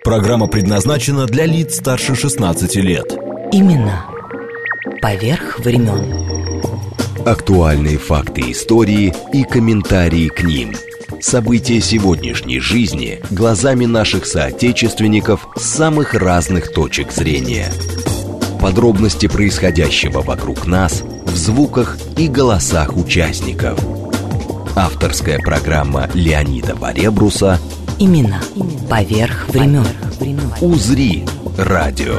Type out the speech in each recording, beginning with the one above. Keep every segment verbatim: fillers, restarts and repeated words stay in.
Программа предназначена для лиц старше шестнадцати лет. Имена поверх времен. Актуальные факты истории и комментарии к ним. События сегодняшней жизни глазами наших соотечественников с самых разных точек зрения. Подробности происходящего вокруг нас в звуках и голосах участников. Авторская программа Леонида Баребруса Имена поверх времен. «Узри радио».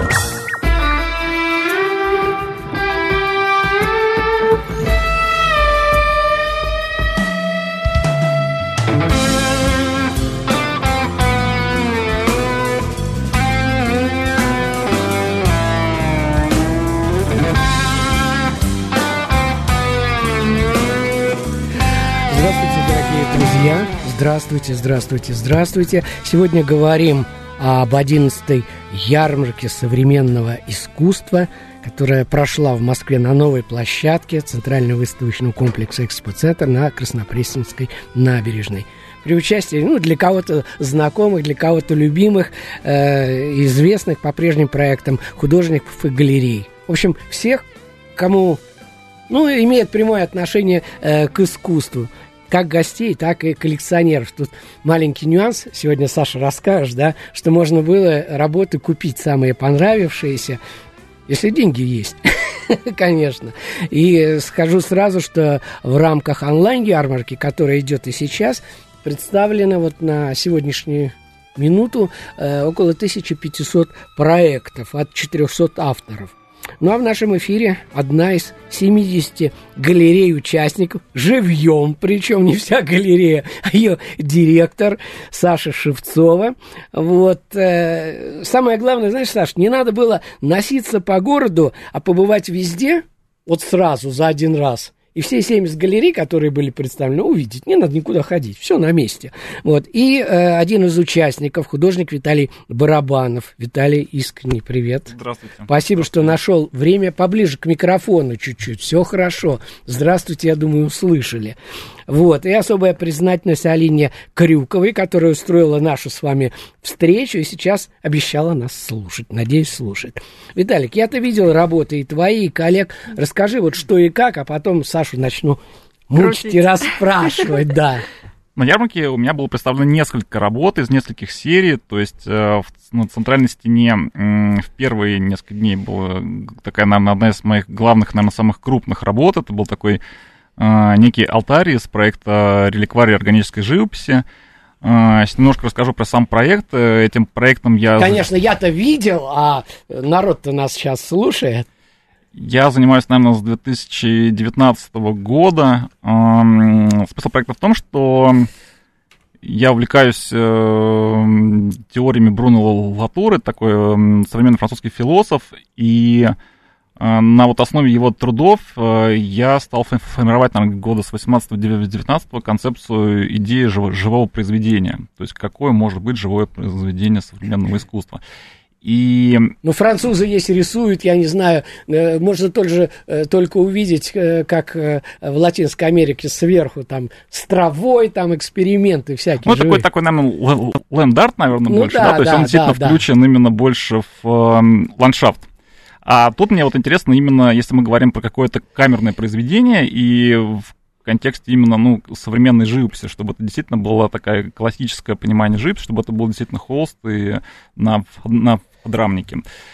Здравствуйте, здравствуйте, здравствуйте. Сегодня говорим об одиннадцатой ярмарке современного искусства, которая прошла в Москве на новой площадке Центрального выставочного комплекса «Экспоцентр» на Краснопресненской набережной. При участии, ну, для кого-то знакомых, для кого-то любимых, э, известных по прежним проектам художников и галерей. В общем, всех, кому, ну, имеет прямое отношение э, к искусству. Как гостей, так и коллекционеров. Тут маленький нюанс, сегодня Саша расскажешь, да, что можно было работы купить самые понравившиеся, если деньги есть, конечно. И скажу сразу, что в рамках онлайн-ярмарки, которая идет и сейчас, представлено вот на сегодняшнюю минуту э, около тысяча пятьсот проектов от четырехсот авторов. Ну а в нашем эфире одна из семидесяти галерей-участников, живьем, причем не вся галерея, а ее директор Саша Шевцова. Вот. Э, самое главное, знаешь, Саш, не надо было носиться по городу, а побывать везде, вот сразу, за один раз. И все семьдесят галерей, которые были представлены, увидеть. Не надо никуда ходить, все на месте. Вот. И э, один из участников, художник Виталий Барабанов. Виталий, искренне привет. Здравствуйте. Спасибо, что нашел время поближе к микрофону чуть-чуть. Все хорошо. Здравствуйте, я думаю, услышали. Вот. И особая признательность Алине Крюковой, которая устроила нашу с вами встречу и сейчас обещала нас слушать. Надеюсь, слушает. Виталик, я-то видел работы и твои, и коллег. Расскажи вот что и как, а потом Сашу начну мучить Крутить. и расспрашивать. Да. На ярмарке у меня было представлено несколько работ из нескольких серий. То есть э, в, на центральной стене э, в первые несколько дней была такая, наверное, одна из моих главных, наверное, самых крупных работ. Это был такой некий алтарь из проекта «Реликварий органической живописи». Сейчас немножко расскажу про сам проект. Этим проектом я... Конечно, я-то видел, а народ-то нас сейчас слушает. Я занимаюсь, наверное, с две тысячи девятнадцатого года. Смысл проекта в том, что я увлекаюсь теориями Бруно Латуры, такой современный французский философ, и... На вот основе его трудов я стал формировать, наверное, года с восемнадцатого-девятнадцатого концепцию идеи живого произведения. То есть, какое может быть живое произведение современного искусства. И... Ну, французы есть рисуют, я не знаю, можно тоже, только увидеть, как в Латинской Америке сверху, там, с травой, там, эксперименты всякие. Ну, такой, такой, наверное, ленд-арт, наверное, ну, больше, да, да? То есть, да, он действительно да, включен да. именно больше в ландшафт. А тут мне вот интересно именно, если мы говорим про какое-то камерное произведение и в контексте именно, ну, современной живописи, чтобы это действительно было такое классическое понимание живописи, чтобы это был действительно холст и на, на подрамнике.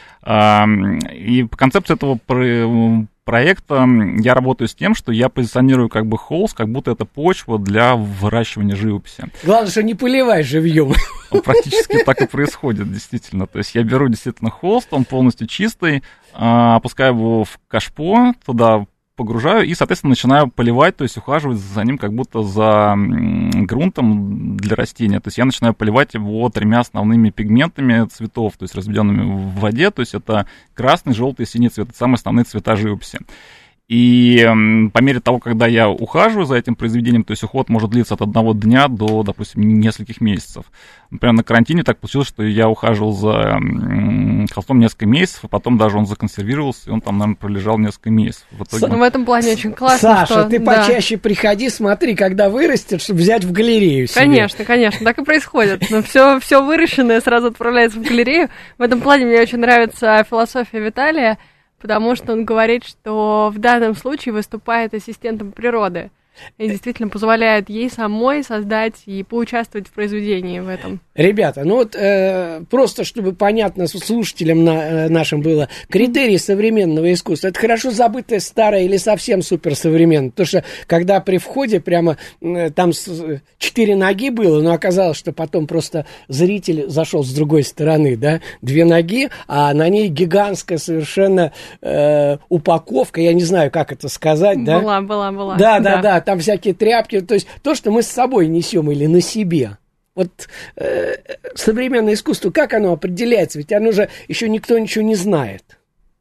И по концепции этого проекта я работаю с тем, что я позиционирую как бы холст, как будто это почва для выращивания живописи. Главное, что не поливай живьем. Практически так и происходит, действительно. То есть я беру действительно холст, он полностью чистый, опускаю его в кашпо, туда погружаю и, соответственно, начинаю поливать, то есть ухаживать за ним как будто за грунтом для растения. То есть я начинаю поливать его тремя основными пигментами цветов, то есть разведенными в воде. То есть это красный, желтый и синий цвет. Это самые основные цвета живописи. И по мере того, когда я ухаживаю за этим произведением, то есть уход может длиться от одного дня до, допустим, нескольких месяцев. Например, на карантине так получилось, что я ухаживал за холстом несколько месяцев, а потом даже он законсервировался, и он там, наверное, пролежал несколько месяцев. В итоге... В этом плане очень классно, Саша, что... ты да. почаще приходи, смотри, когда вырастет, чтобы взять в галерею себе. Конечно, конечно, так и происходит. Но все, все выращенное сразу отправляется в галерею. В этом плане мне очень нравится философия Виталия, потому что он говорит, что в данном случае выступает ассистентом природы и действительно позволяет ей самой создать и поучаствовать в произведении в этом. Ребята, ну вот э, просто чтобы понятно слушателям на, э, нашим было, критерии современного искусства — это хорошо забытое старое или совсем суперсовременное? Потому что когда при входе прямо э, там с, четыре ноги было, но оказалось, что потом просто зритель зашел с другой стороны, да, две ноги, а на ней гигантская совершенно э, упаковка, я не знаю, как это сказать, да? Была, была, была. Да, да, да, да, там всякие тряпки, то есть то, что мы с собой несем или на себе. Вот э, современное искусство, как оно определяется? Ведь оно же еще никто ничего не знает.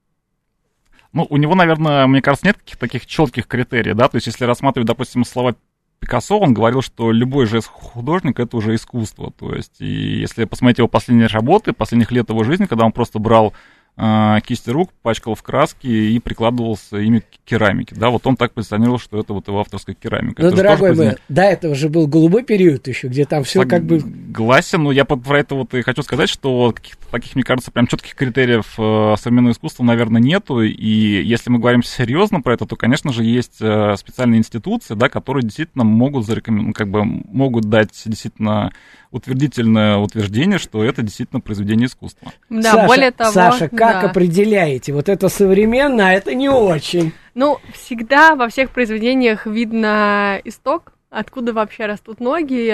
Ну, у него, наверное, мне кажется, нет каких-то таких четких критериев, да, то есть если рассматривать, допустим, слова Пикассо, он говорил, что любой жест художника — это уже искусство, то есть и если посмотреть его последние работы, последних лет его жизни, когда он просто брал э, кисти рук, пачкал в краске и прикладывался ими к керамике, да, вот он так позиционировал, что это вот его авторская керамика. Ну, это дорогой мой, позиционировал... до этого же был голубой период еще, где там все как бы... Согласен, но я про это вот и хочу сказать, что каких-то таких, мне кажется, прям четких критериев э, современного искусства, наверное, нету, и если мы говорим серьезно про это, то, конечно же, есть э, специальные институции, да, которые действительно могут зарекомендовать, как бы могут дать действительно утвердительное утверждение, что это действительно произведение искусства. Да, Саша, более того... Саша, как да. определяете? Вот это современно, а это не очень. Ну, всегда во всех произведениях видно исток, откуда вообще растут ноги,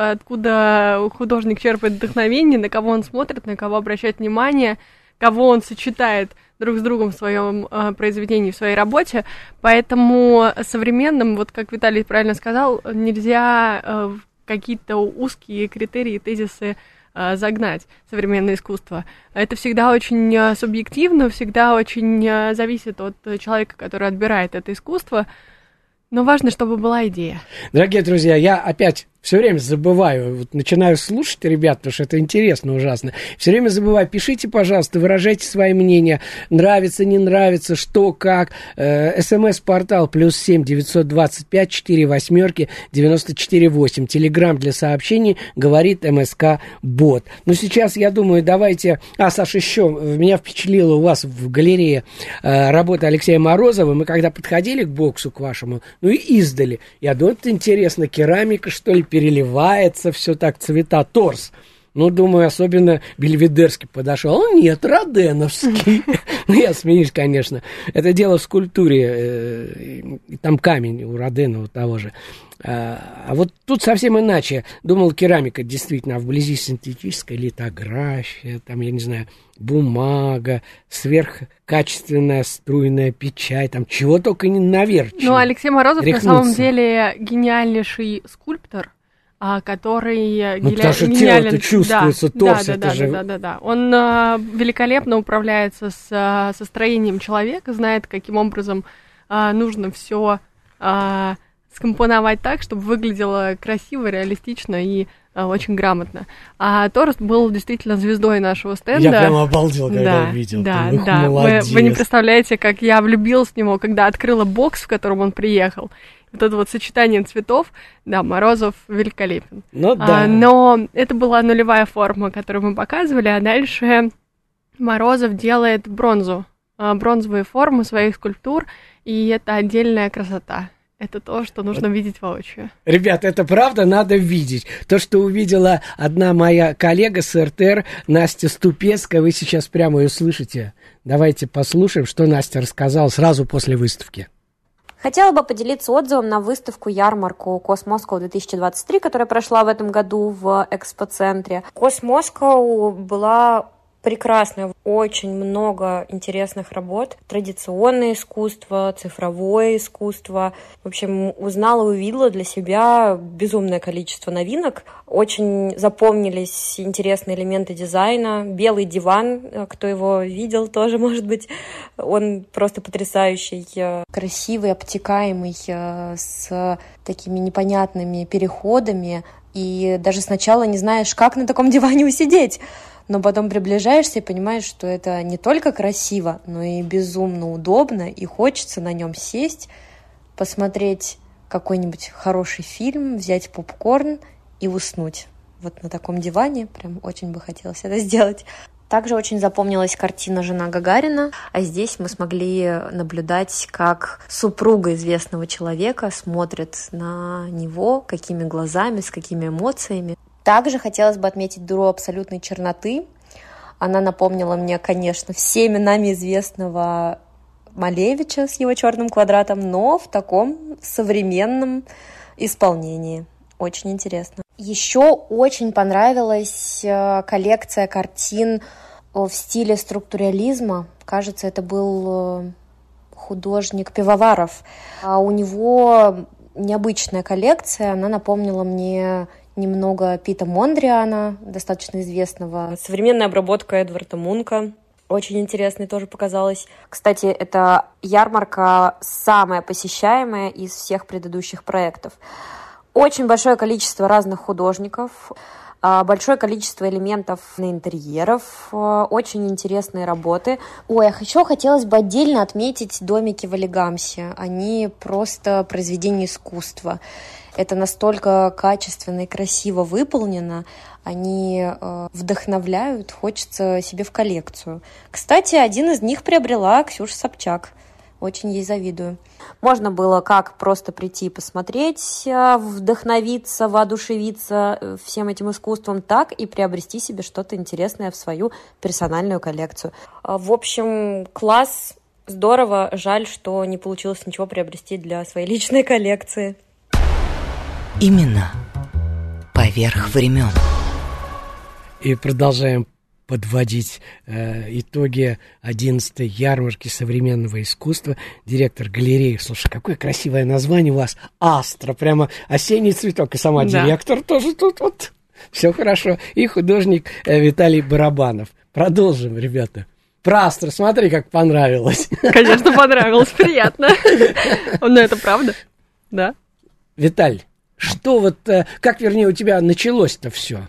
откуда художник черпает вдохновение, на кого он смотрит, на кого обращает внимание, кого он сочетает друг с другом в своем э, произведении, в своей работе. Поэтому современным, вот как Виталий правильно сказал, нельзя э, какие-то узкие критерии, тезисы э, загнать современное искусство. Это всегда очень э, субъективно, всегда очень э, зависит от человека, который отбирает это искусство. Но важно, чтобы была идея. Дорогие друзья, я опять все время забываю, вот начинаю слушать ребят, потому что это интересно ужасно. Все время забываю, пишите, пожалуйста, выражайте свои мнения, нравится, не нравится, что, как. Э, СМС-портал плюс семь девятьсот двадцать пять четыре восьмерки девяносто четыре восемь. Телеграм для сообщений, говорит МСК Бот. Ну, сейчас, я думаю, давайте... А, Саша, еще меня впечатлила у вас в галерее э, работа Алексея Морозова. Мы когда подходили к боксу, к вашему, ну и издали. Я думаю, это интересно, керамика, что ли, переливается, все так, цвета, торс. Ну, думаю, особенно Бельведерский подошел. Он нет, Роденовский. Ну, я смеюсь, конечно. Это дело в скульптуре. Там камень у Роденова того же. А вот тут совсем иначе. Думал, керамика действительно, а вблизи синтетическая литография, там, я не знаю, бумага, сверхкачественная струйная печать, там чего только не наверчено. Ну, Алексей Морозов Рехнуться. на самом деле гениальнейший скульптор, который... Ну, геля... потому что гениален... тело-то чувствуется, да, торс, да, это да, же... да, да, да, да. Он а, великолепно управляется с, со строением человека, знает, каким образом а, нужно все а, скомпоновать так, чтобы выглядело красиво, реалистично и а, очень грамотно. А Торст был действительно звездой нашего стенда. Я прямо обалдел, когда да, увидел. Да, Ух, да. Вы, молодец. вы не представляете, как я влюбилась в него, когда открыла бокс, в котором он приехал. Вот это вот сочетание цветов, да, Морозов великолепен. Ну, да. а, но это была нулевая форма, которую мы показывали, а дальше Морозов делает бронзу, а, бронзовые формы своих скульптур, и это отдельная красота. Это то, что нужно вот видеть воочию. Ребят, это правда надо видеть. То, что увидела одна моя коллега с эр тэ эр, Настя Ступецкая, вы сейчас прямо ее слышите. Давайте послушаем, что Настя рассказала сразу после выставки. Хотела бы поделиться отзывом на выставку-ярмарку Космоскоу две тысячи двадцать три, которая прошла в этом году в экспоцентре. Космоскоу была прекрасная, очень много интересных работ. Традиционное искусство, цифровое искусство. В общем, узнала и увидела для себя безумное количество новинок. Очень запомнились интересные элементы дизайна. Белый диван, кто его видел, тоже, может быть, он просто потрясающий. Красивый, обтекаемый, с такими непонятными переходами. И даже сначала не знаешь, как на таком диване усидеть. Но потом приближаешься и понимаешь, что это не только красиво, но и безумно удобно, и хочется на нем сесть, посмотреть какой-нибудь хороший фильм, взять попкорн и уснуть. Вот на таком диване прям очень бы хотелось это сделать. Также очень запомнилась картина «Жена Гагарина», а здесь мы смогли наблюдать, как супруга известного человека смотрит на него, какими глазами, с какими эмоциями. Также хотелось бы отметить «Дуру абсолютной черноты». Она напомнила мне, конечно, всеми нами известного Малевича с его «Черным квадратом», но в таком современном исполнении. Очень интересно. Еще очень понравилась коллекция картин в стиле структурализма. Кажется, это был художник Пивоваров. У него необычная коллекция, она напомнила мне немного Пита Мондриана, достаточно известного. Современная обработка Эдварда Мунка. Очень интересной тоже показалась. Кстати, эта ярмарка самая посещаемая из всех предыдущих проектов. Очень большое количество разных художников, большое количество элементов на интерьеров, очень интересные работы. Ой, а еще хотелось бы отдельно отметить домики в Олигамсе. Они просто произведение искусства. Это настолько качественно и красиво выполнено, они э, вдохновляют, хочется себе в коллекцию. Кстати, один из них приобрела Ксюша Собчак. Очень ей завидую. Можно было как просто прийти посмотреть, вдохновиться, воодушевиться всем этим искусством, так и приобрести себе что-то интересное в свою персональную коллекцию. В общем, класс, здорово. Жаль, что не получилось ничего приобрести для своей личной коллекции. Именно поверх времен. И продолжаем подводить э, итоги одиннадцатой ярмарки современного искусства. Директор галереи, слушай, какое красивое название у вас, Астра, прямо осенний цветок, и сама да. Директор тоже тут вот, все хорошо, и художник э, Виталий Барабанов. Продолжим, ребята. Про Астру, смотри, как понравилось. Конечно, понравилось, приятно. Но это правда, да. Виталь, что вот, как, вернее, у тебя началось-то все?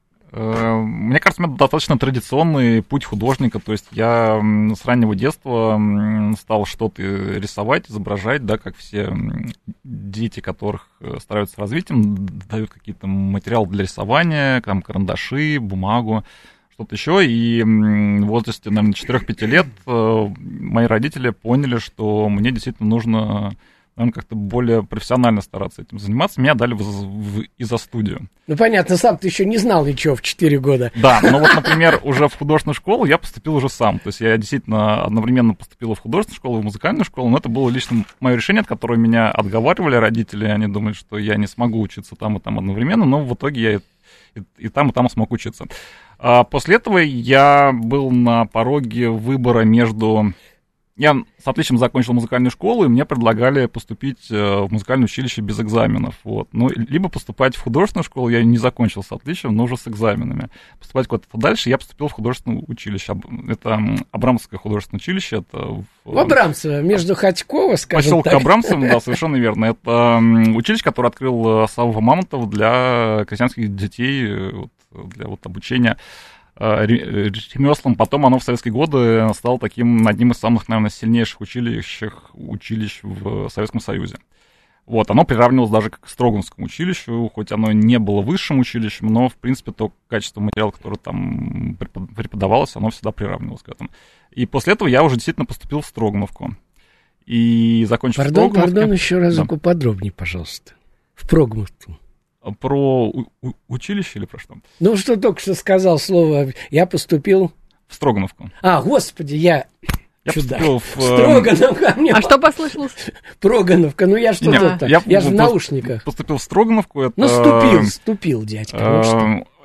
Мне кажется, у меня достаточно традиционный путь художника, то есть я с раннего детства стал что-то рисовать, изображать, да, как все дети, которых стараются развить, им дают какие-то материалы для рисования, там, карандаши, бумагу, что-то еще, и в возрасте, наверное, четыре-пять лет мои родители поняли, что мне действительно нужно, наверное, как-то более профессионально стараться этим заниматься. Меня дали в, в изо-студию. Ну, понятно, сам ты еще не знал ничего в четыре года. Да, но вот, например, уже в художественную школу я поступил уже сам. То есть я действительно одновременно поступил в художественную школу, и в музыкальную школу, но это было лично мое решение, от которого меня отговаривали родители. Они думали, что я не смогу учиться там и там одновременно, но в итоге я и, и там, и там смог учиться. А после этого я был на пороге выбора между... Я с отличием закончил музыкальную школу, и мне предлагали поступить в музыкальное училище без экзаменов. Вот. Ну, либо поступать в художественную школу, я не закончил с отличием, но уже с экзаменами. Поступать куда-то подальше, я поступил в художественное училище. Это Абрамцевское художественное училище. Это в... в Абрамцево, между Хотьково, скажем так. Поселок Абрамцево, да, совершенно верно. Это училище, которое открыл Савва Мамонтов для крестьянских детей, для вот обучения ремеслам. Потом оно в советские годы стало таким одним из самых, наверное, сильнейших училищ, училищ в Советском Союзе. Вот, оно приравнивалось даже к Строгановскому училищу, хоть оно не было высшим училищем, но, в принципе, то качество материала, которое там преподавалось, оно всегда приравнивалось к этому. И после этого я уже действительно поступил в Строгановку. И закончил Пардон, Строгановку. Пардон, еще разок да. подробнее, пожалуйста. В Прогмовку. Про у- училище или про что? Ну, что только что сказал слово, я поступил... В Строгановку. А, господи, я... Я Чудак. поступил в... Строгановка. Мне... А что послышалось? Прогановка, ну я что-то... Я, я же в наушниках. Поступил в Строгановку. Это... Ну, ступил, ступил, дядька. Ну, что?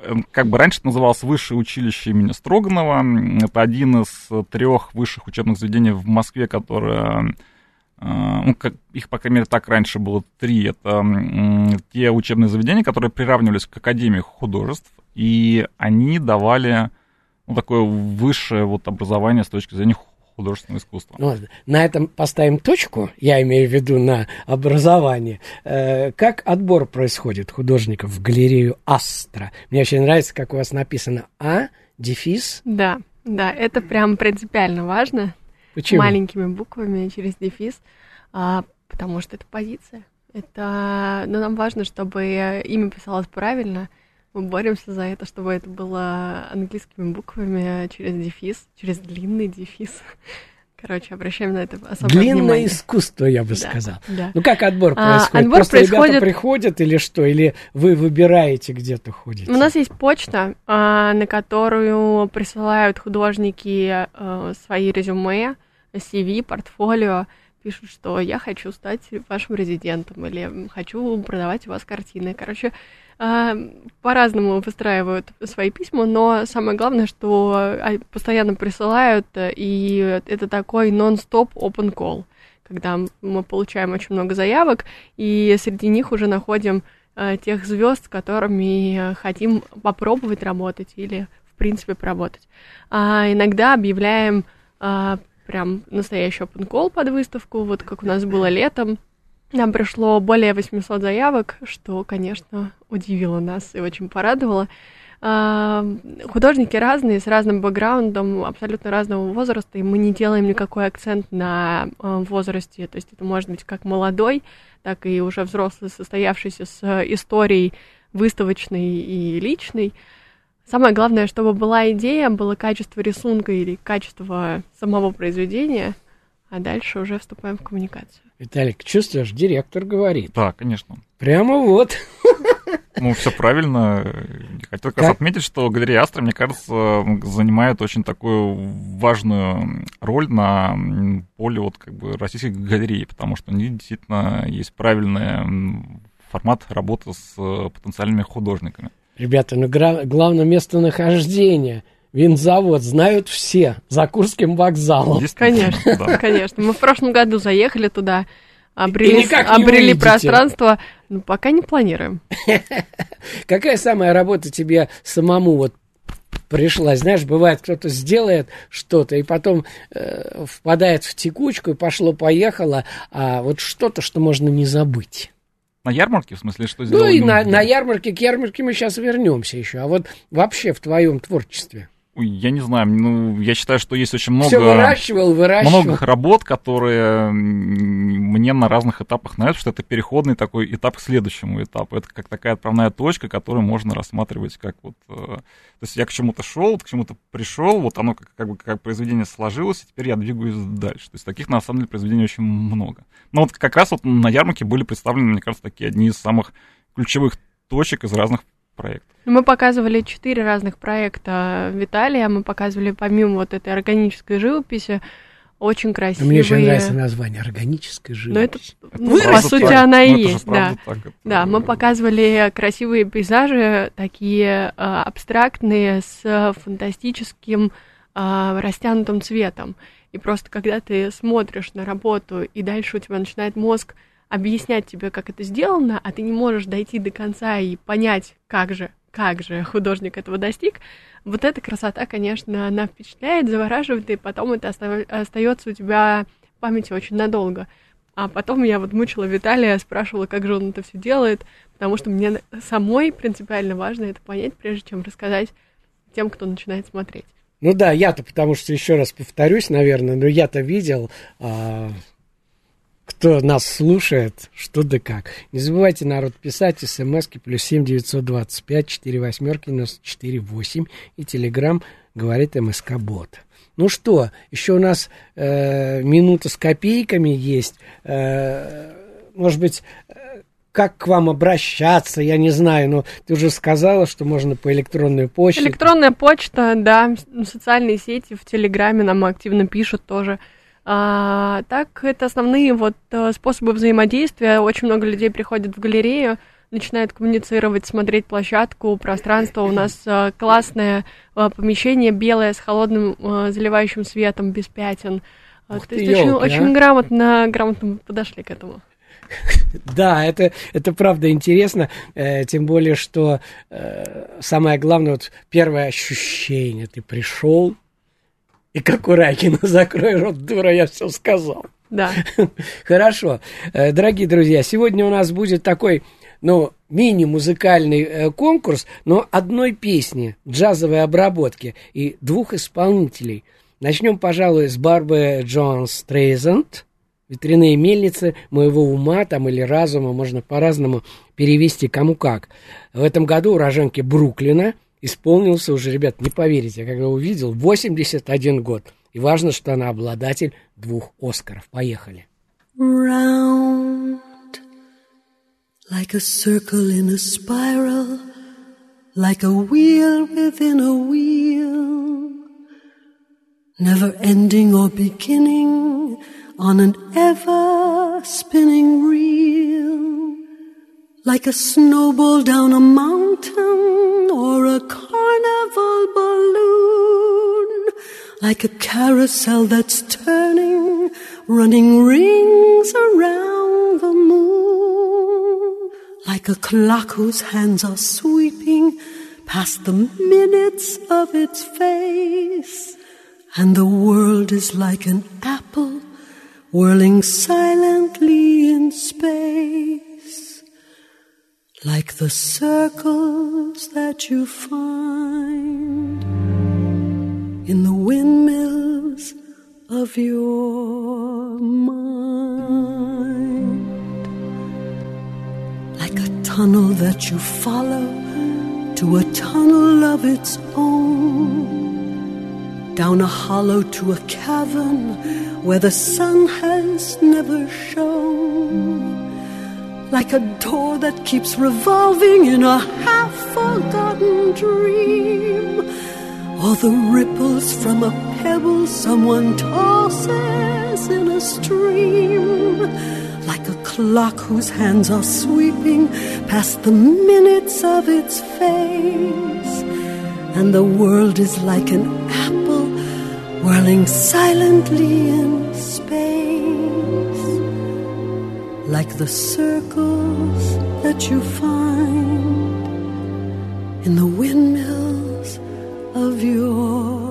как бы раньше это называлось Высшее училище имени Строганова. Это один из трех высших учебных заведений в Москве, которые, ну, как, их, по крайней мере, так раньше было три. Это те учебные заведения, которые приравнивались к Академии художеств, и они давали, ну, такое высшее вот образование с точки зрения художественного искусства. Ну, на этом поставим точку, я имею в виду на образование. Э, как отбор происходит художников в галерею Астра? Мне очень нравится, как у вас написано А, дефис. Да, да, это прям принципиально важно. Почему? Маленькими буквами через дефис, а, потому что это позиция. Это, ну, нам важно, чтобы имя писалось правильно. Мы боремся за это, чтобы это было английскими буквами через дефис, через длинный дефис. Короче, обращаем на это особое Длинное внимание. Длинное искусство, я бы да, сказал. Да. Ну, как отбор происходит? А, отбор Просто происходит... ребята приходят или что? Или вы выбираете, где-то ходите? У нас есть почта, на которую присылают художники свои резюме, си ви, портфолио, пишут, что я хочу стать вашим резидентом или хочу продавать у вас картины. Короче, по-разному выстраивают свои письма, но самое главное, что постоянно присылают, и это такой нон-стоп open call, когда мы получаем очень много заявок, и среди них уже находим тех звезд, с которыми хотим попробовать работать или, в принципе, поработать. А иногда объявляем прям настоящий open call под выставку, вот как у нас было летом. Нам пришло более восемьсот заявок, что, конечно, удивило нас и очень порадовало. Художники разные, с разным бэкграундом, абсолютно разного возраста, и мы не делаем никакой акцент на возрасте. То есть это может быть как молодой, так и уже взрослый, состоявшийся с историей выставочной и личной. Самое главное, чтобы была идея, было качество рисунка или качество самого произведения, а дальше уже вступаем в коммуникацию. Виталик, чувствуешь, директор говорит. Да, конечно. Прямо вот. Ну, все правильно. Хотел как раз отметить, что галерея Астра, мне кажется, занимает очень такую важную роль на поле вот как бы российской галереи, потому что у них действительно есть правильный формат работы с потенциальными художниками. Ребята, ну гра- главное местонахождение. Винзавод знают все. За Курским вокзалом. Конечно, да. Конечно. Мы в прошлом году заехали туда, обрели, обрели пространство, но пока не планируем. Какая самая работа тебе самому вот пришла? Знаешь, бывает, кто-то сделает что-то и потом э, впадает в текучку, и пошло-поехало, а вот что-то, что можно не забыть. На ярмарке, в смысле, что сделали? Ну и на, на ярмарке, к ярмарке мы сейчас вернемся еще. А вот вообще в твоем творчестве? Я не знаю, ну, я считаю, что есть очень много... Все выращивал, выращивал. Много работ, которые мне на разных этапах нравятся, что это переходный такой этап к следующему этапу. Это как такая отправная точка, которую можно рассматривать как вот... То есть я к чему-то шел, к чему-то пришел, вот оно как, как бы как произведение сложилось, и теперь я двигаюсь дальше. То есть таких, на самом деле, произведений очень много. Но вот как раз вот на ярмарке были представлены, мне кажется, такие одни из самых ключевых точек из разных проектов. Мы показывали четыре разных проекта Виталия. Мы показывали помимо вот этой органической живописи очень красивые... Мне очень нравится название «органическая живопись». Ну, это, ну, по сути, так. Она и ну, есть, да. Так, это... Да, мы показывали красивые пейзажи, такие э, абстрактные, с фантастическим э, растянутым цветом. И просто когда ты смотришь на работу, и дальше у тебя начинает мозг объяснять тебе, как это сделано, а ты не можешь дойти до конца и понять, как же, как же художник этого достиг, вот эта красота, конечно, она впечатляет, завораживает, и потом это остается у тебя в памяти очень надолго. А потом я вот мучила Виталия, спрашивала, как же он это все делает, потому что мне самой принципиально важно это понять, прежде чем рассказать тем, кто начинает смотреть. Ну да, я-то, потому что, еще раз повторюсь, наверное, но я-то видел... А... Кто нас слушает, что да как. Не забывайте, народ, писать смски плюс семь девятьсот двадцать пять четыре восьмерки девяносто четыре восемь и телеграм говорит МСК-бот. Ну что, еще у нас э, минута с копейками есть. Э, может быть, как к вам обращаться, я не знаю, но ты уже сказала, что можно по электронной почте. Электронная почта, да, социальные сети, в Телеграме нам активно пишут тоже. А, так, это основные вот способы взаимодействия. Очень много людей приходят в галерею, начинают коммуницировать, смотреть площадку, пространство. У нас э, классное э, помещение, белое, с холодным э, заливающим светом, без пятен. Ух То ты, есть очень, ёлки, очень а? грамотно, грамотно подошли к этому. Да, это, это правда интересно, э, тем более, что э, самое главное, вот первое ощущение, ты пришел, и как у Райкина, закрой рот, дура, я все сказал. Да. Хорошо. Э, дорогие друзья, сегодня у нас будет такой, ну, мини-музыкальный э, конкурс, но одной песни, джазовой обработки и двух исполнителей. Начнем, пожалуй, с Барбары Джон Стрейзанд. «Ветряные мельницы моего ума» там или разума, можно по-разному перевести кому как. В этом году уроженке Бруклина исполнился уже, ребят, не поверите, я когда увидел, восемьдесят один год. И важно, что она обладатель двух Оскаров. Поехали. Round, like a circle in a spiral, like a wheel within a wheel, never ending or beginning on an ever-spinning reel, like a snowball down a mountain or a carnival balloon, like a carousel that's turning, running rings around the moon, like a clock whose hands are sweeping past the minutes of its face, and the world is like an apple whirling silently in space, like the circles that you find in the windmills of your mind, like a tunnel that you follow to a tunnel of its own, down a hollow to a cavern where the sun has never shone, like a door that keeps revolving in a half-forgotten dream, or the ripples from a pebble someone tosses in a stream, like a clock whose hands are sweeping past the minutes of its face, and the world is like an apple whirling silently in space, like the circles that you find in the windmills of your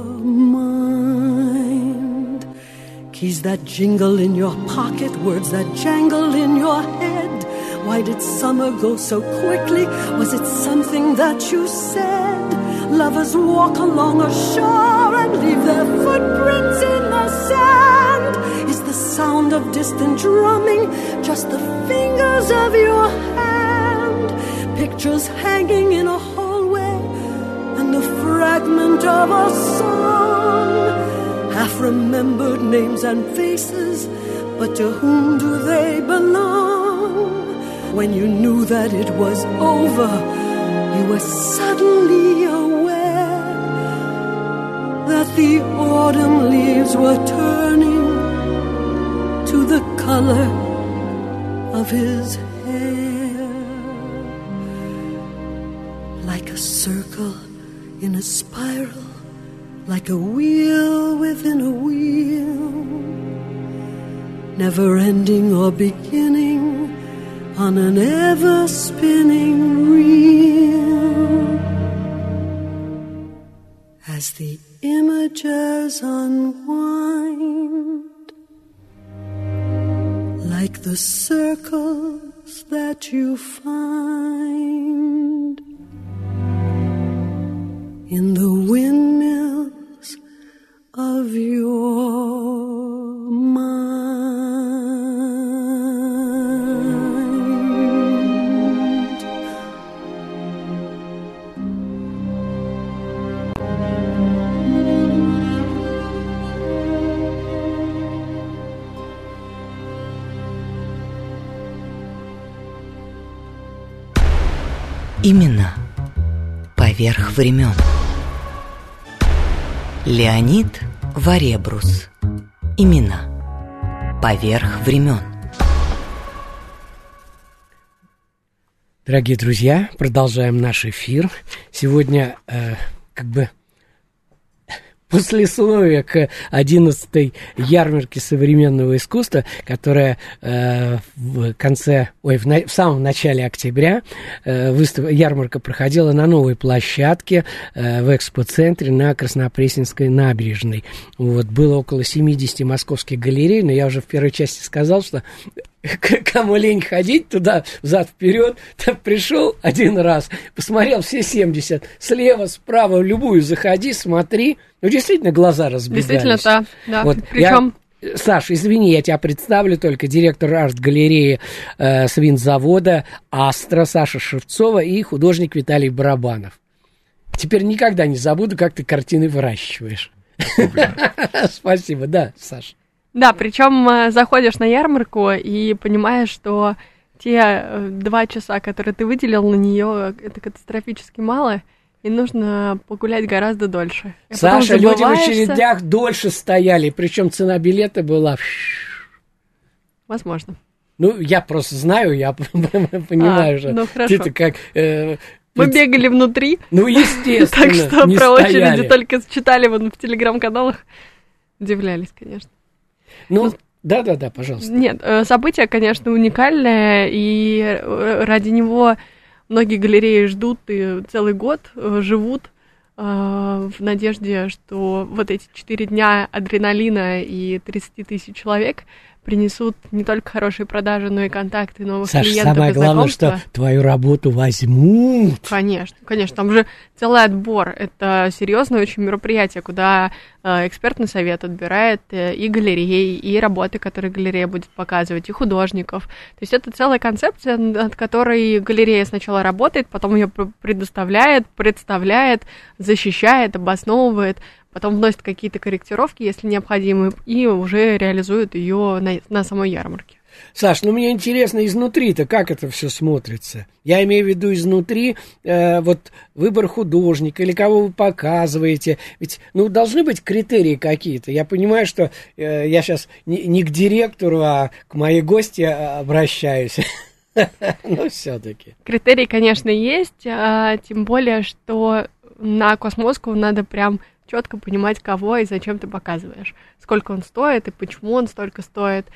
mind. Keys that jingle in your pocket, words that jangle in your head. Why did summer go so quickly? Was it something that you said? Lovers walk along a shore and leave their footprints in the sand. Is the sound of distant drumming just the fingers of your hand? Pictures hanging in a hallway and the fragment of a song. Half-remembered names and faces, but to whom do they belong? When you knew that it was over, you were suddenly aware that the autumn leaves were turning to the color of his hair, like a circle in a spiral, like a wheel within a wheel, never ending or beginning on an ever-spinning reel, as the images unwind, like the circles that you find in the windmills of your mind. Именно поверх времен. Леонид Варебрус. Имена поверх времен. Дорогие друзья, продолжаем наш эфир. Сегодня э, как бы послесловие к одиннадцатой ярмарке современного искусства, которая э, в конце, ой, в, на, в самом начале октября э, выстав, ярмарка проходила на новой площадке э, в экспоцентре на Краснопресненской набережной. Вот, было около семидесяти московских галерей, но я уже в первой части сказал, что кому лень ходить туда, взад-вперед, пришел один раз, посмотрел все семьдесят, слева, справа, в любую заходи, смотри, ну, действительно, глаза разбегались. Действительно, да, да. Вот, Причем... я, Саш, извини, я тебя представлю только директор арт-галереи э, свинзавода «Астра» Саша Шевцова и художник Виталий Барабанов. Теперь никогда не забуду, как ты картины выращиваешь. Спасибо, да, Саша. Да, причем заходишь на ярмарку и понимаешь, что те два часа, которые ты выделил на нее, это катастрофически мало, и нужно погулять гораздо дольше. И Саша, люди в очередях дольше стояли, причем цена билета была... Возможно. Ну, я просто знаю, я понимаю же. А, ну, хорошо. Ты-то как... Э, Мы бегали внутри. Ну, естественно, так что не про стояли. Очереди только читали вон в телеграм-каналах. Удивлялись, конечно. Ну, да-да-да, пожалуйста. Нет, событие, конечно, уникальное, и ради него многие галереи ждут и целый год живут э, в надежде, что вот эти четыре дня адреналина и тридцать тысяч человек принесут не только хорошие продажи, но и контакты новых Саша, клиентов самое и главное, знакомства. что твою работу возьмут. Конечно, конечно, там же целый отбор. Это серьезное очень мероприятие, куда э, экспертный совет отбирает э, и галереи, и работы, которые галерея будет показывать, и художников. То есть это целая концепция, над которой галерея сначала работает, потом ее предоставляет, представляет, защищает, обосновывает, потом вносит какие-то корректировки, если необходимы, и уже реализует ее на, на самой ярмарке. Саш, ну мне интересно изнутри-то, как это все смотрится. Я имею в виду изнутри, э, вот выбор художника или кого вы показываете. Ведь, ну, должны быть критерии какие-то. Я понимаю, что э, я сейчас не, не к директору, а к моей гости обращаюсь. Но все-таки. Критерии, конечно, есть, тем более, что на Космоску надо прям четко понимать, кого и зачем ты показываешь, сколько он стоит и почему он столько стоит,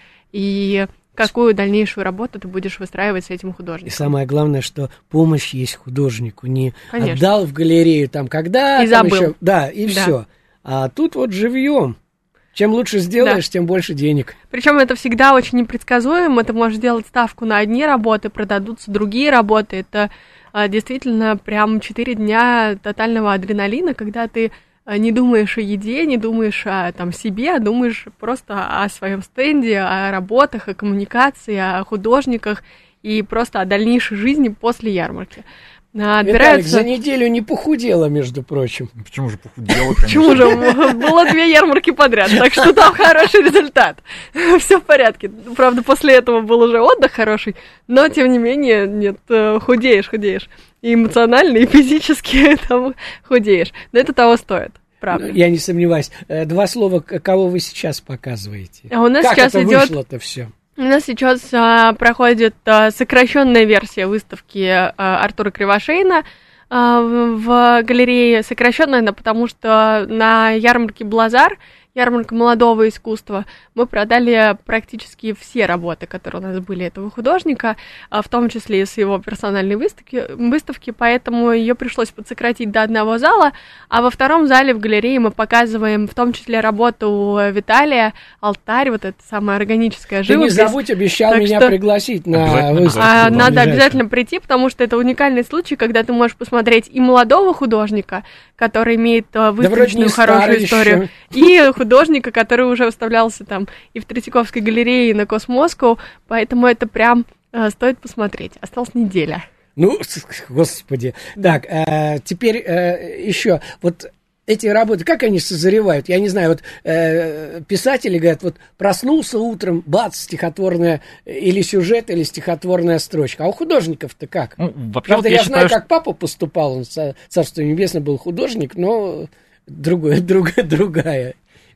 и какую дальнейшую работу ты будешь выстраивать с этим художником. И самое главное, что помощь есть художнику, не Конечно. Отдал в галерею там когда, и там забыл. Еще, да, и да. все. А тут вот живьем. Чем лучше сделаешь, да. тем больше денег. Причем это всегда очень непредсказуемо. Ты можешь делать ставку на одни работы, продадутся другие работы. Это а, действительно прям четыре дня тотального адреналина, когда ты не думаешь о еде, не думаешь о там, себе, а думаешь просто о своем стенде, о работах, о коммуникации, о художниках и просто о дальнейшей жизни после ярмарки. Отбираются... Виталик, за неделю не похудела, между прочим. Почему же похудела, конечно? Почему же? Было две ярмарки подряд, так что там хороший результат. Все в порядке. Правда, после этого был уже отдых хороший, но, тем не менее, нет, худеешь, худеешь. И эмоционально, и физически там худеешь. Но это того стоит. Правда. Я не сомневаюсь. Два слова, кого вы сейчас показываете? А у нас как сейчас это идет... вышло-то все? У нас сейчас а, проходит а, сокращенная версия выставки а, Артура Кривошеина а, в, в галерее. Сокращенная, потому что на ярмарке «Блазар», ярмарка молодого искусства, мы продали практически все работы, которые у нас были этого художника, в том числе и с его персональной выставки, выставки, поэтому ее пришлось подсократить до одного зала, а во втором зале в галерее мы показываем в том числе работу Виталия, «Алтарь», вот эта самая органическая живопись. Ты не забудь, обещал так меня что... пригласить на выставку. А, надо обязательно прийти, потому что это уникальный случай, когда ты можешь посмотреть и молодого художника, который имеет выставочную да хорошую историю, еще. И художника, который уже выставлялся там и в Третьяковской галерее, и на Космоску, поэтому это прям э, стоит посмотреть. Осталась неделя. Ну, господи. Так, э, теперь э, еще вот эти работы, как они созревают? Я не знаю, вот э, писатели говорят, вот проснулся утром, бац, стихотворная или сюжет, или стихотворная строчка. А у художников-то как? Ну, Правда, я, я знаю, считаю, как папа поступал, он, царство небесное, был художник, но другое, другая, другая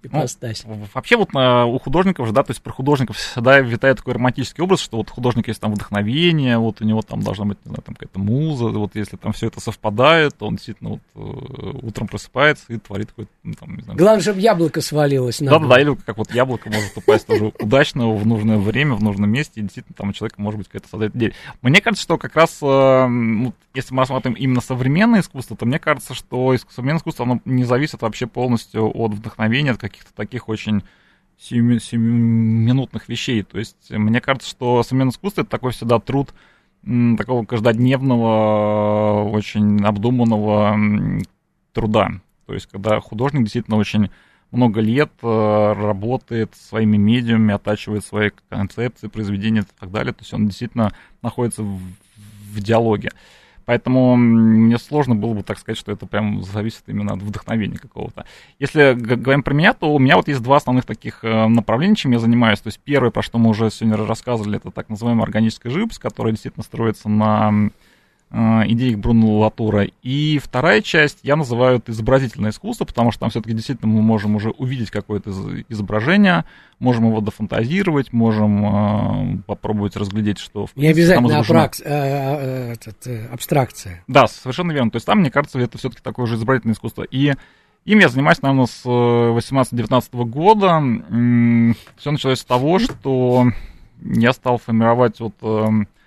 ипостась. Ну, вообще вот на, у художников же, да, то есть про художников всегда витает такой романтический образ, что вот художник есть там вдохновение, вот у него там должна быть, не знаю, там какая-то муза, вот если там все это совпадает, то он действительно вот э, утром просыпается и творит какой-то, ну, там, не знаю. Главное, чтобы яблоко свалилось на Да-да-да, или как вот яблоко может упасть тоже удачно в нужное время, в нужном месте, и действительно там у человека может быть какая-то создательная идея. Мне кажется, что как раз, э, если мы рассматриваем именно современное искусство, то мне кажется, что современное искусство, оно не зависит вообще полностью от вдохновения, от каких-то таких очень сиюминутных вещей. То есть мне кажется, что современное искусство — это такой всегда труд м, такого каждодневного, очень обдуманного м, труда. То есть когда художник действительно очень много лет э, работает своими медиумами, оттачивает свои концепции, произведения и так далее. То есть он действительно находится в, в диалоге. Поэтому мне сложно было бы так сказать, что это прям зависит именно от вдохновения какого-то. Если говорим про меня, то у меня вот есть два основных таких направления, чем я занимаюсь. То есть первое, про что мы уже сегодня рассказывали, это так называемая органическая живопись, которая действительно строится на идеях Бруно Латура. И вторая часть я называю это изобразительное искусство, потому что там все-таки действительно мы можем уже увидеть какое-то изображение, можем его дофантазировать, можем э, попробовать разглядеть, что... В Не обязательно абракс, э, э, этот, э, абстракция. Да, совершенно верно. То есть там, мне кажется, это все-таки такое же изобразительное искусство. И им я занимаюсь, наверное, с восемнадцатого-девятнадцатого года. Все началось с того, что я стал формировать вот... Э,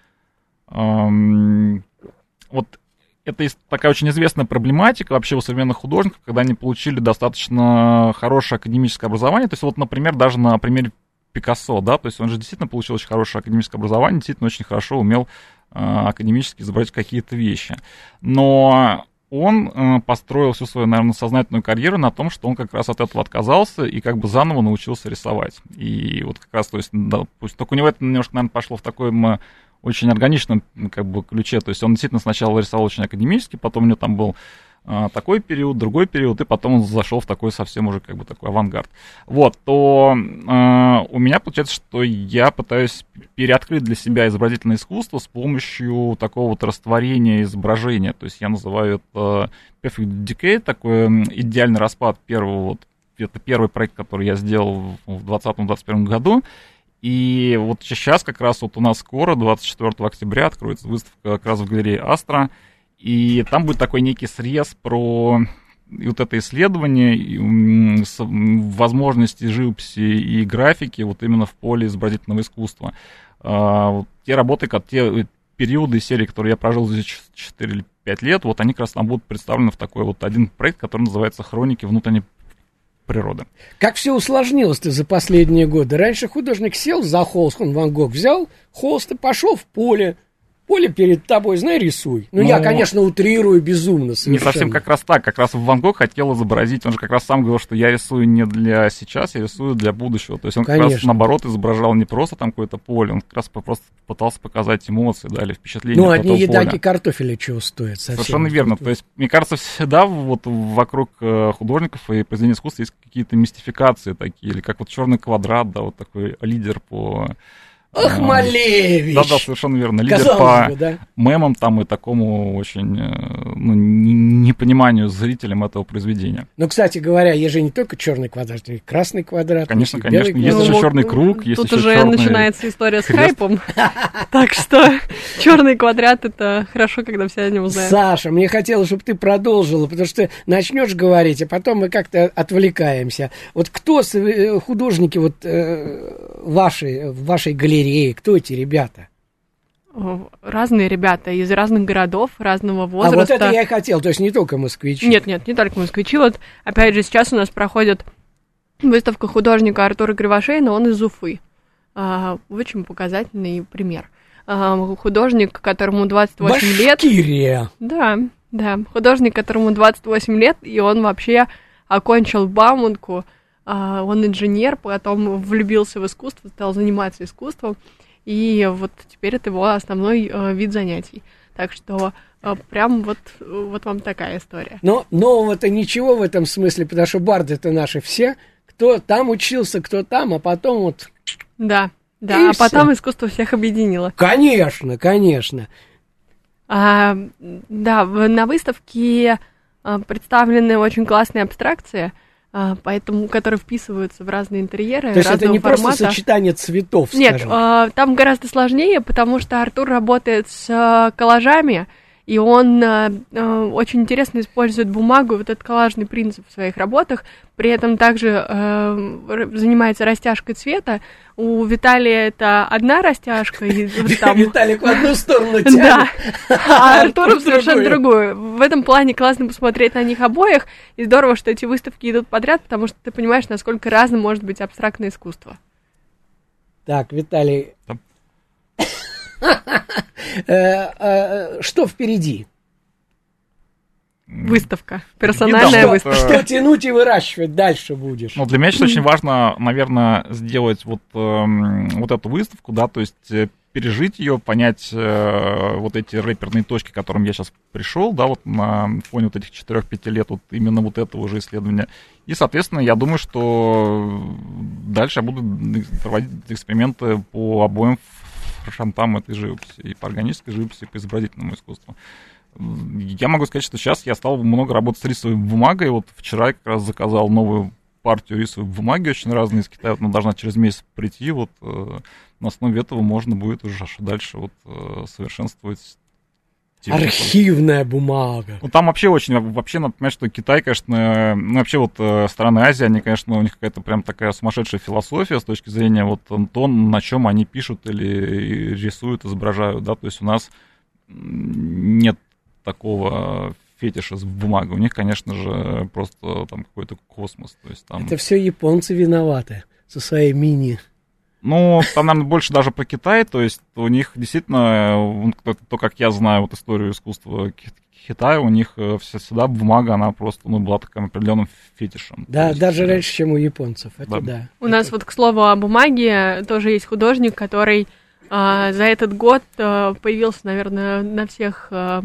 э, Вот это такая очень известная проблематика вообще у современных художников, когда они получили достаточно хорошее академическое образование. То есть вот, например, даже на примере Пикассо, да, то есть он же действительно получил очень хорошее академическое образование, действительно очень хорошо умел э, академически изобразить какие-то вещи. Но он э, построил всю свою, наверное, сознательную карьеру на том, что он как раз от этого отказался и как бы заново научился рисовать. И вот как раз, то есть, да, пусть только у него это немножко, наверное, пошло в такой... очень органичном как бы ключе, то есть он действительно сначала рисовал очень академически, потом у него там был а, такой период, другой период, и потом он зашел в такой совсем уже как бы такой авангард. Вот, то а, у меня получается, что я пытаюсь переоткрыть для себя изобразительное искусство с помощью такого вот растворения изображения, то есть я называю это Perfect Decay, такой идеальный распад первого, вот, это первый проект, который я сделал в двадцатом-двадцать первом году. И вот сейчас как раз вот у нас скоро, двадцать четвёртого октября, откроется выставка как раз в галерее Астра, и там будет такой некий срез про и вот это исследование, и возможности живописи и графики вот именно в поле изобразительного искусства. Вот те работы, те периоды серии, которые я прожил за четыре или пять лет, вот они как раз там будут представлены в такой вот один проект, который называется «Хроники внутренней природы». Как все усложнилось-то за последние годы. Раньше художник сел за холст, он Ван Гог взял холст и пошел в поле. Поле перед тобой, знай, рисуй. Ну, ну, я, конечно, утрирую безумно совершенно. Не совсем как раз так. Как раз Ван Гог хотел изобразить, он же как раз сам говорил, что я рисую не для сейчас, я рисую для будущего. То есть он конечно. Как раз, наоборот, изображал не просто там какое-то поле, он как раз просто пытался показать эмоции, да, или впечатления ну, от этого поля. Ну, одни едаки картофеля чего стоят. Совершенно верно. То есть, мне кажется, всегда вот вокруг художников и произведений искусства есть какие-то мистификации такие, или как вот «Черный квадрат», да, вот такой лидер по... Ах, Малевич! Да-да, совершенно верно. Лидер Казалось по бы, да? мемам там и такому очень ну, непониманию зрителям этого произведения. Ну, кстати говоря, есть же не только черный квадрат, но и красный квадрат. Конечно, конечно. Есть ну, еще черный круг, есть тут еще уже черный начинается история с крест. хайпом. Так что черный квадрат — это хорошо, когда все о нем знают. Саша, мне хотелось, чтобы ты продолжила, потому что начнешь говорить, а потом мы как-то отвлекаемся. Вот кто художники вот ваши, в вашей галерее? Кто эти ребята? Разные ребята из разных городов, разного возраста. А вот это я и хотел, то есть не только москвичи. Нет, нет, не только москвичи. Вот, опять же, сейчас у нас проходит выставка художника Артура Кривошеина, он из Уфы. А, очень показательный пример. А, художник, которому двадцать восемь лет. Башкирия. Да, да. Художник, которому двадцать восемь лет, и он вообще окончил Бауманку. Он инженер, потом влюбился в искусство, стал заниматься искусством, и вот теперь это его основной э, вид занятий. Так что э, прям вот, вот вам такая история. Но нового-то ничего в этом смысле, потому что барды-то наши все, кто там учился, кто там, а потом вот... Да, да, а все. Потом искусство всех объединило. Конечно, конечно. А, да, на выставке представлены очень классные абстракции. поэтому, которые вписываются в разные интерьеры. То есть это не формата. Просто сочетание цветов, Нет, скажем. Там гораздо сложнее, потому что Артур работает с коллажами, и он очень интересно использует бумагу, вот этот коллажный принцип в своих работах, при этом также занимается растяжкой цвета. У Виталия это одна растяжка. И там... Виталик в одну сторону тянет. Да, а Артур совершенно другую. В этом плане классно посмотреть на них обоих, и здорово, что эти выставки идут подряд, потому что ты понимаешь, насколько разным может быть абстрактное искусство. Так, Виталий, что впереди? Выставка, персональная что, выставка. Что тянуть и выращивать дальше будешь? Ну, для меня сейчас очень важно, наверное, сделать вот, э, вот эту выставку, да, то есть э, пережить ее, понять э, вот эти рэперные точки, к которым я сейчас пришел, да, вот на фоне вот этих четырех-пяти лет вот именно вот этого уже исследования. И, соответственно, я думаю, что дальше я буду проводить эксперименты по обоим фронтам этой живописи, и по органической живописи, и по изобразительному искусству. Я могу сказать, что сейчас я стал много работать с рисовой бумагой. Вот вчера я как раз заказал новую партию рисовой бумаги, очень разные из Китая. Вот она должна через месяц прийти. Вот э, на основе этого можно будет уже дальше вот, э, совершенствовать технику. Архивная бумага. Ну, там вообще очень, вообще надо понимать, что Китай, конечно, ну, вообще вот э, страны Азии, они, конечно, у них какая-то прям такая сумасшедшая философия с точки зрения вот то, на чем они пишут или рисуют, изображают, да, то есть у нас нет такого фетиша с бумагой. У них, конечно же, просто там какой-то космос. То есть, там... Это все японцы виноваты со своей мини. Ну, там, наверное, больше даже про Китай. То есть у них действительно, то, как я знаю вот историю искусства Китая, у них всегда бумага, она просто ну, была таким определенным фетишем. Да, есть, даже раньше, чем у японцев. Это да. да. У это... нас вот, к слову, о бумаге тоже есть художник, который а, за этот год а, появился, наверное, на всех... А,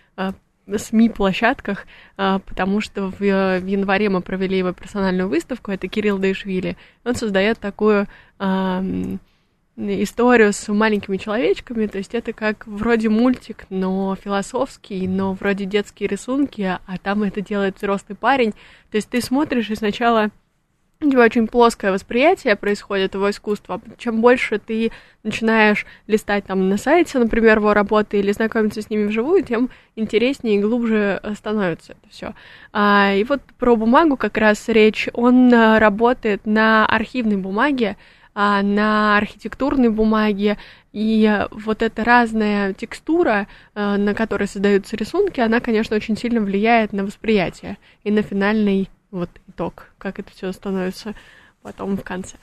СМИ-площадках, потому что в, в январе мы провели его персональную выставку, это Кирилл Даишвили. Он создает такую э, историю с маленькими человечками, то есть это как вроде мультик, но философский, но вроде детские рисунки, а там это делает взрослый парень. То есть ты смотришь, и сначала у тебя очень плоское восприятие происходит его искусства. Чем больше ты начинаешь листать там на сайте, например, его работы, или знакомиться с ними вживую, тем интереснее и глубже становится это все. А, и вот про бумагу как раз речь. Он работает на архивной бумаге, а, на архитектурной бумаге, и вот эта разная текстура, а, на которой создаются рисунки, она, конечно, очень сильно влияет на восприятие и на финальный вот итог, как это все становится потом в конце.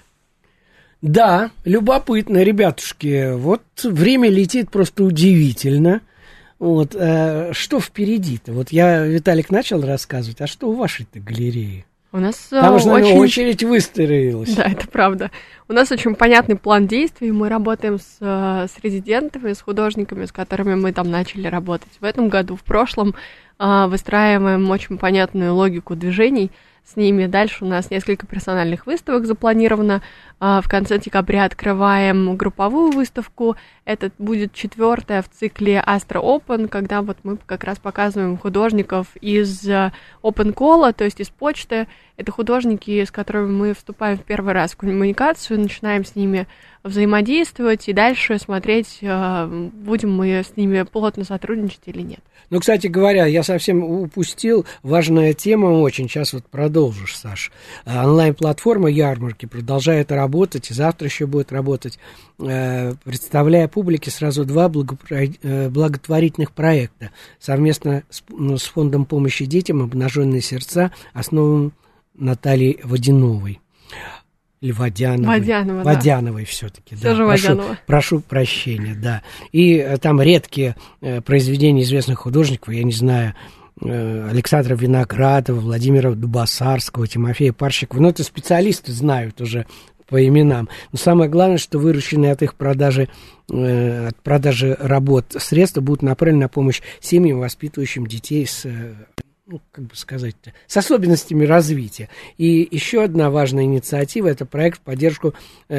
Да, любопытно, ребятушки. Вот время летит просто удивительно. Вот, э, что впереди-то? Вот я, Виталик, начал рассказывать, а что у вашей-то галереи? У нас Там же, наверное, очень... очередь выстроилась. Да, это правда. У нас очень понятный план действий. Мы работаем с, с резидентами, с художниками, с которыми мы там начали работать в этом году. В прошлом выстраиваем очень понятную логику движений с ними. Дальше у нас несколько персональных выставок запланировано. В конце декабря открываем групповую выставку. Это будет четвертая в цикле Astra Open, когда вот мы как раз показываем художников из Open Call, то есть из почты. Это художники, с которыми мы вступаем в первый раз в коммуникацию, начинаем с ними взаимодействовать и дальше смотреть, будем мы с ними плотно сотрудничать или нет. Ну, кстати говоря, я совсем упустил, важная тема очень, сейчас вот продолжишь, Саш. Онлайн-платформа ярмарки продолжает работать, и завтра еще будет работать, представляя публике сразу два благотворительных проекта совместно с, ну, с Фондом помощи детям «Обнаженные сердца», основан Натальей Водяновой. Или Водяновой. Водянова, Водяновой да. все-таки. Все да. же прошу, Водянова. прошу прощения, да. И э, там редкие э, произведения известных художников, я не знаю, э, Александра Виноградова, Владимира Дубасарского, Тимофея Парщикова. Ну, это специалисты знают уже по именам. Но самое главное, что вырученные от их продажи, э, от продажи работ средства будут направлены на помощь семьям, воспитывающим детей с... Э, ну, как бы сказать, с особенностями развития. И еще одна важная инициатива – это проект в поддержку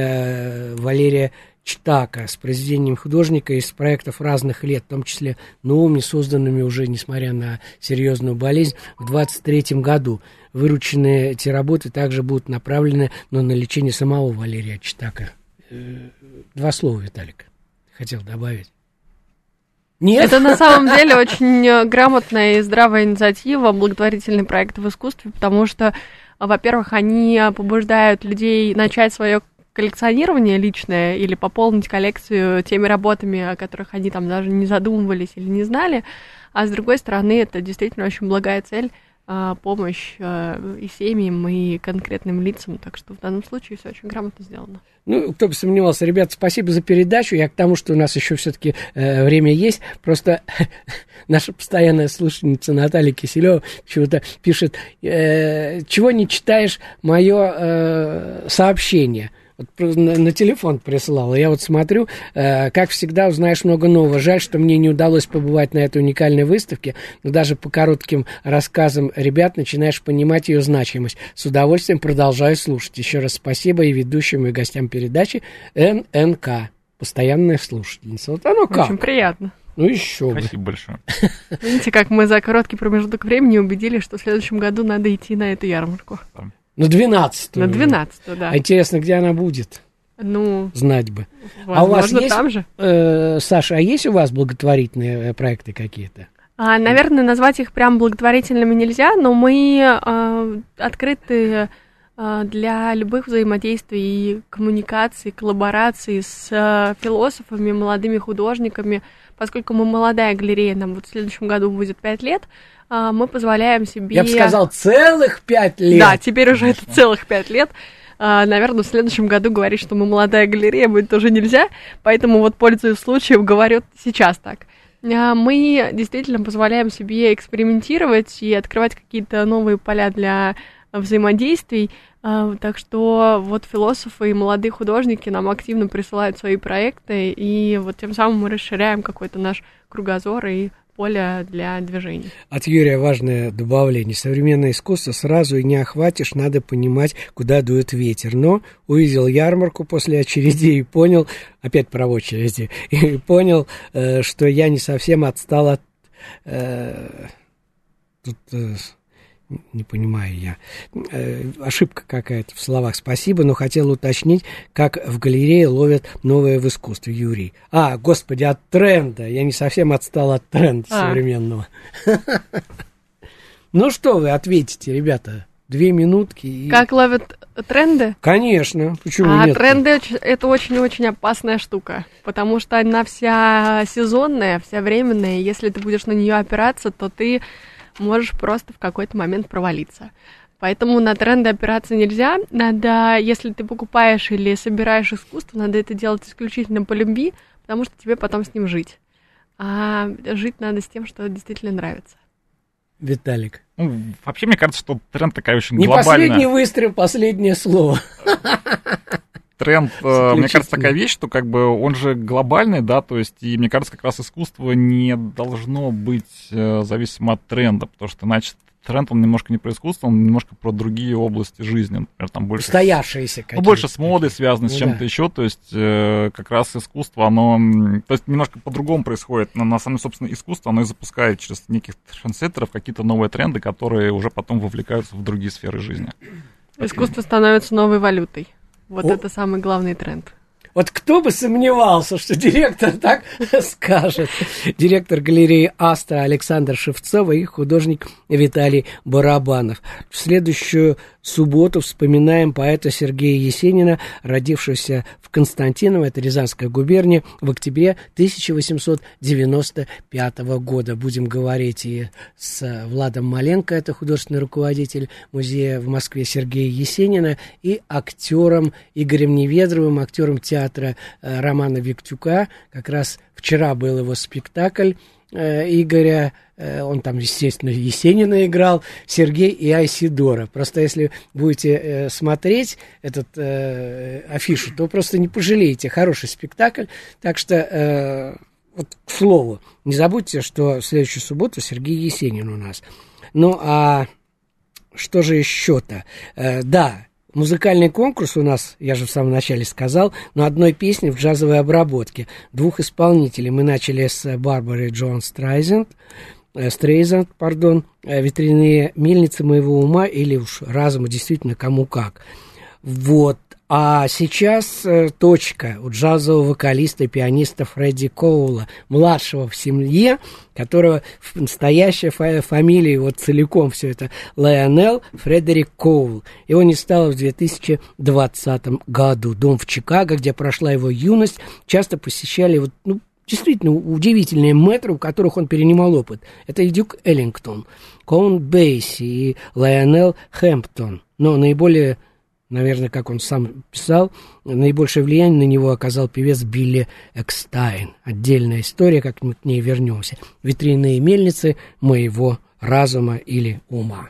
э, Валерия Чтака с произведением художника из проектов разных лет, в том числе новыми, созданными уже, несмотря на серьезную болезнь, в двадцать третьем году. вырученные эти работы также будут направлены, ну, на лечение самого Валерия Читака. Два слова, Виталик, хотел добавить. Нет? Это на самом деле очень грамотная и здравая инициатива, благотворительный проект в искусстве, потому что, во-первых, они побуждают людей начать свое коллекционирование личное или пополнить коллекцию теми работами, о которых они там даже не задумывались или не знали, а с другой стороны, это действительно очень благая цель, помощь и семьям, и конкретным лицам, так что в данном случае все очень грамотно сделано. Ну, кто бы сомневался, ребята, спасибо за передачу. Я к тому, что у нас еще все-таки э, время есть. Просто наша постоянная слушательница Наталья Киселева почему-то пишет, э, чего не читаешь мое э, сообщение. Вот на, на телефон прислала. Я вот смотрю, э, как всегда, узнаешь много нового. Жаль, что мне не удалось побывать на этой уникальной выставке, но даже по коротким рассказам ребят начинаешь понимать ее значимость. С удовольствием продолжаю слушать. Еще раз спасибо и ведущим, и гостям передачи эн эн ка. Постоянная слушательница. Вот оно как. Очень приятно. Ну еще бы. Спасибо большое. Видите, как мы за короткий промежуток времени убедились, что в следующем году надо идти на эту ярмарку. На двенадцатую. На двенадцатую, да. А интересно, где она будет? Ну, знать бы. Возможно, а у вас есть, там же? Э, Саша, а есть у вас благотворительные проекты какие-то? А, наверное, назвать их прям благотворительными нельзя, но мы э, открыты э, для любых взаимодействий и коммуникаций, коллабораций с э, философами, молодыми художниками. Поскольку мы молодая галерея, нам вот в следующем году будет пять лет, мы позволяем себе... Я бы сказал, целых пять лет. Да, теперь уже это целых пять лет. Наверное, в следующем году говорить, что мы молодая галерея, будет тоже нельзя. Поэтому вот, пользуясь случаем, говорю сейчас так. Мы действительно позволяем себе экспериментировать и открывать какие-то новые поля для взаимодействий. Так что вот философы и молодые художники нам активно присылают свои проекты, и вот тем самым мы расширяем какой-то наш кругозор и поле для движения. От Юрия важное добавление. Современное искусство сразу и не охватишь, надо понимать, куда дует ветер. Но увидел ярмарку после очередей и понял, опять про очереди, и понял, что я не совсем отстал от... Тут... Не понимаю я. Э, ошибка какая-то в словах. Спасибо, но хотел уточнить, как в галерее ловят новое в искусстве, Юрий. А, господи, от тренда. Я не совсем отстал от тренда а. современного. Ну что вы ответите, ребята? Две минутки. И... Как ловят тренды? Конечно. Почему а нет? Тренды — это очень-очень опасная штука, потому что она вся сезонная, вся временная. Если ты будешь на нее опираться, то ты можешь просто в какой-то момент провалиться. Поэтому на тренды опираться нельзя. Надо, если ты покупаешь или собираешь искусство, надо это делать исключительно по любви, потому что тебе потом с ним жить. А жить надо с тем, что действительно нравится. Виталик. Ну, вообще, мне кажется, что тренд такая очень не глобальная. Не последний выстрел, последнее слово. Тренд, мне кажется, такая вещь, что как бы он же глобальный, да, то есть, и мне кажется, как раз искусство не должно быть э, зависимо от тренда, потому что, иначе тренд, он немножко не про искусство, он немножко про другие области жизни, например, там больше... Устоявшиеся какие-то. Ну, больше с модой связано, ну, с чем-то да. еще, то есть, э, как раз искусство, оно, то есть, немножко по-другому происходит, но на самом деле, собственно, искусство, оно и запускает через неких трендсеттеров какие-то новые тренды, которые уже потом вовлекаются в другие сферы жизни. Искусство становится новой валютой. Вот О. это самый главный тренд. Вот кто бы сомневался, что директор так скажет. Директор галереи «Астра» Александр Шевцова и художник Виталий Барабанов. В следующую субботу вспоминаем поэта Сергея Есенина, родившегося в Константиново, это Рязанская губерния, в октябре тысяча восемьсот девяносто пятого года. Будем говорить и с Владом Маленко, это художественный руководитель музея в Москве Сергея Есенина, и актером Игорем Неведровым, актером театра э, Романа Виктюка. Как раз вчера был его спектакль э, Игоря, э, он там, естественно, Есенина играл, Сергей и Айсидора. Просто если будете э, смотреть этот э, афишу, то просто не пожалеете. Хороший спектакль. Так что, э, вот к слову, не забудьте, что в следующую субботу Сергей Есенин у нас. Ну, а что же еще-то? Э, да, музыкальный конкурс у нас, я же в самом начале сказал, но одной песни в джазовой обработке. Двух исполнителей. Мы начали с Барбары Джон Страйзенд. Стрейзанд, пардон, «Ветряные мельницы моего ума» или уж разума, действительно, кому как. Вот. А сейчас э, точка у джазового вокалиста и пианиста Фредди Коула, младшего в семье, которого настоящая фа- фамилия, вот целиком все это, Лайонел Фредерик Коул. Его не стало в две тысячи двадцатом году. Дом в Чикаго, где прошла его юность, часто посещали вот, ну, действительно удивительные мэтры, у которых он перенимал опыт. Это и Дюк Эллингтон, Коун Бейси и Лайонел Хэмптон. Но наиболее, наверное, как он сам писал, наибольшее влияние на него оказал певец Билли Экстайн. Отдельная история, как мы к ней вернемся. «Ветряные мельницы моего разума или ума».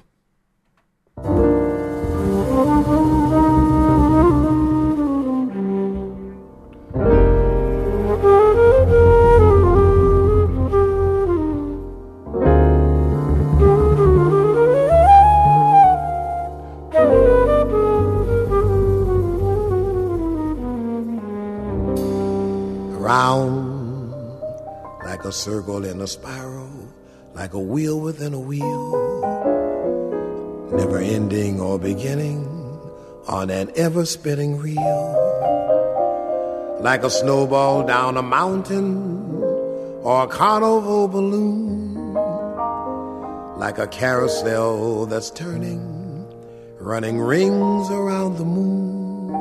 Round like a circle in a spiral, like a wheel within a wheel, never ending or beginning on an ever spinning reel, like a snowball down a mountain or a carnival balloon, like a carousel that's turning, running rings around the moon,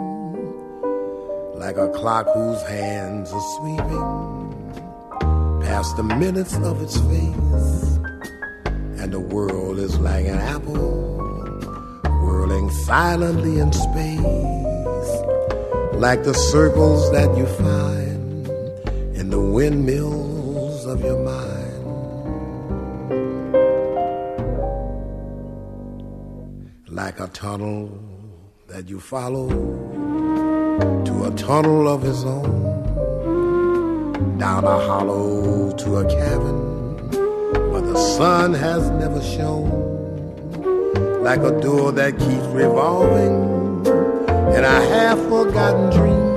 like a clock whose hands are sweeping past the minutes of its face, and the world is like an apple whirling silently in space, like the circles that you find in the windmills of your mind, like a tunnel that you follow to a tunnel of his own, down a hollow to a cabin where the sun has never shone, like a door that keeps revolving in a half-forgotten dream,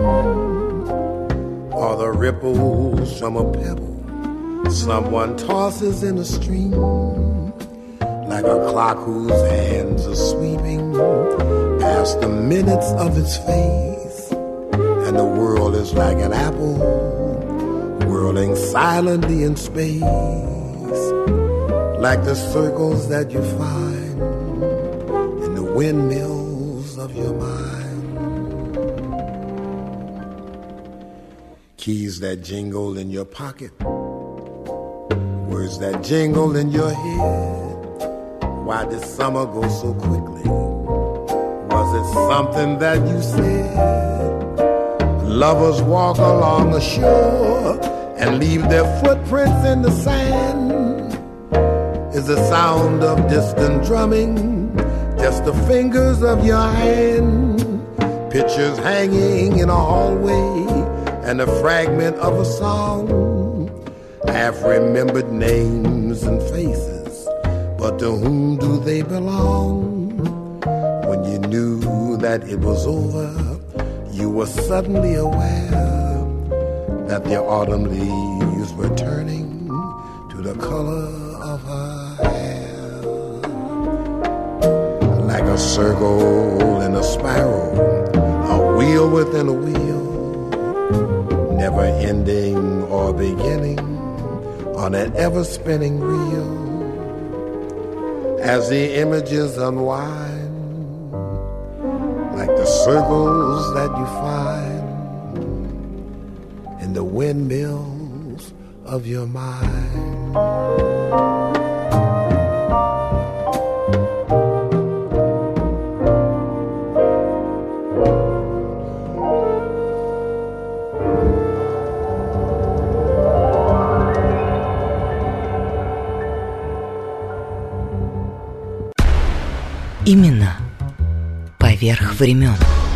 or the ripples from a pebble someone tosses in a stream, like a clock whose hands are sweeping past the minutes of its face, and the world is like an apple whirling silently in space, like the circles that you find in the windmills of your mind. Keys that jingle in your pocket, words that jingle in your head. Why did summer go so quickly? Was it something that you said? Lovers walk along the shore and leave their footprints in the sand. Is the sound of distant drumming just the fingers of your hand? Pictures hanging in a hallway and a fragment of a song, half-remembered names and faces, but to whom do they belong? When you knew that it was over, you were suddenly aware that the autumn leaves were turning to the color of her hair, like a circle in a spiral, a wheel within a wheel, never ending or beginning on an ever-spinning reel. As the images unwind, like the circles that you find in the windmills of your mind. Имена поверх времен.